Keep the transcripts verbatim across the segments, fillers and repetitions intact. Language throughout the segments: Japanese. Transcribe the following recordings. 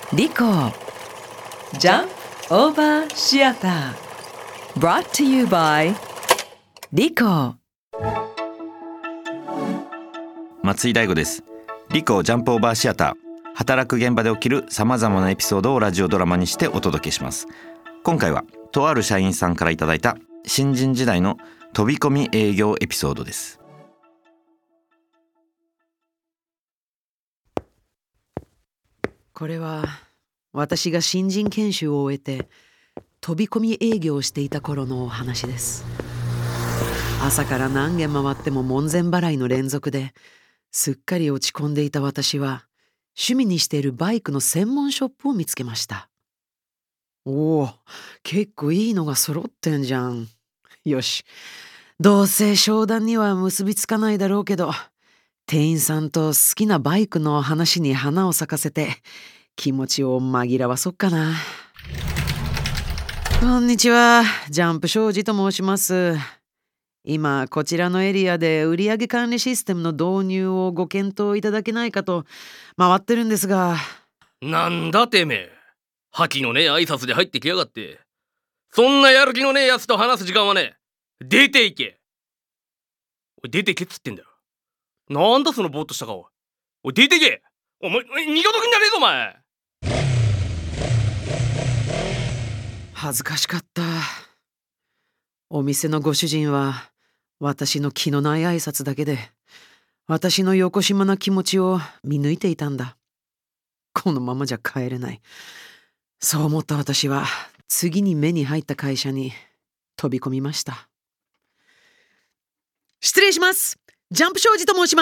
リコジャンプオーバーシアター Brought to you by リコ。 松井大吾です。リコジャンプオーバーシアター、働く現場で起きるさまざまなエピソードをラジオドラマにしてお届けします。今回はとある社員さんからいただいた新人時代の飛び込み営業エピソードです。 これは私が新人研修を終えて飛び込み営業をしていた頃のお話です。朝から何軒回っても門前払いの連続ですっかり落ち込んでいた私は趣味にしているバイクの専門ショップを見つけました。おお、結構いいのが揃ってんじゃん。よし、どうせ商談には結びつかないだろうけど、店員さんと好きなバイクの話に花を咲かせて気持ちを紛らわそっかな。こんにちは、ジャンプ庄司と申します。今こちらのエリアで売上管理システムの導入をご検討いただけないかと回ってるんですが。 なんだてめえ、覇気のねえ挨拶で入ってきやがって。そんなやる気のねえやつと話す時間はねえ。出ていけ。おい、出てけっつってんだよ。なんだそのぼーっとした顔。おい、出てけ。お前二度ときんじゃねえぞお前。 恥ずかしかった。お店のご主人は私の気のない挨拶だけで私のよこしまな気持ちを見抜いていたんだ。このままじゃ帰れない。そう思った私は次に目に入った会社に飛び込みました。失礼します、ジャンプ庄司と申します。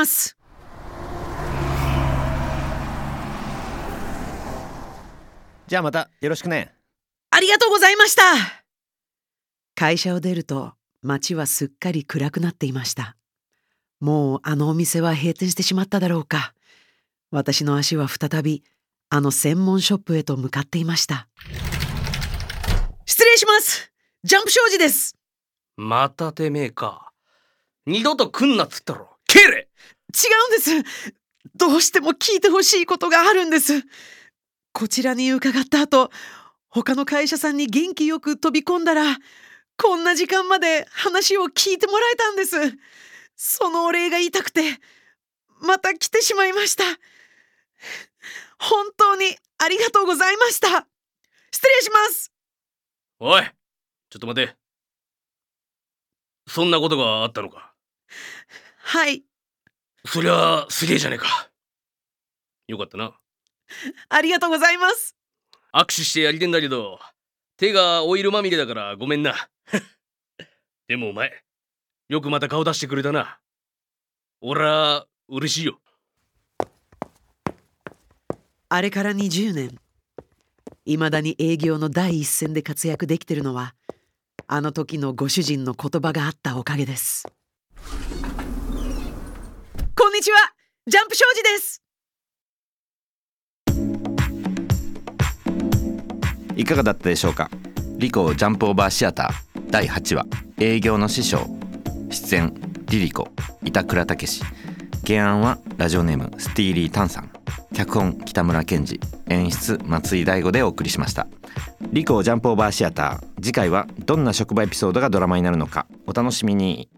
じゃあまたよろしくね。 ありがとうございました。会社を出ると街はすっかり暗くなっていました。もうあのお店は閉店してしまっただろうか。私の足は再びあの専門ショップへと向かっていました。失礼します、ジャンプ庄司です。 またてめえか。二度と来んなっつったろ。帰れ。 違うんです。どうしても聞いてほしいことがあるんです。こちらに伺った後、他の会社さんに元気よく飛び込んだらこんな時間まで話を聞いてもらえたんです。そのお礼が言いたくてまた来てしまいました。本当にありがとうございました。失礼します。 おい、ちょっと待て。そんなことがあったのか。 はい。 そりゃあすげえじゃねえか。よかったな。 ありがとうございます。 握手してやりてんだけど手がオイルまみれだからごめんな。でもお前よくまた顔出してくれたな。俺は嬉しいよ。 あれからにじゅうねん、いまだに営業の第一線で活躍できてるのはあの時のご主人の言葉があったおかげです。こんにちは、ジャンプ庄司です。 いかがだったでしょうか。リコジャンプオーバーシアターだいはちわ、営業の師匠。出演リリコ、板倉武史。原案はラジオネームスティーリータンさん。脚本北村健二、演出松井大吾でお送りしました。リコジャンプオーバーシアター、次回はどんな職場エピソードがドラマになるのかお楽しみに。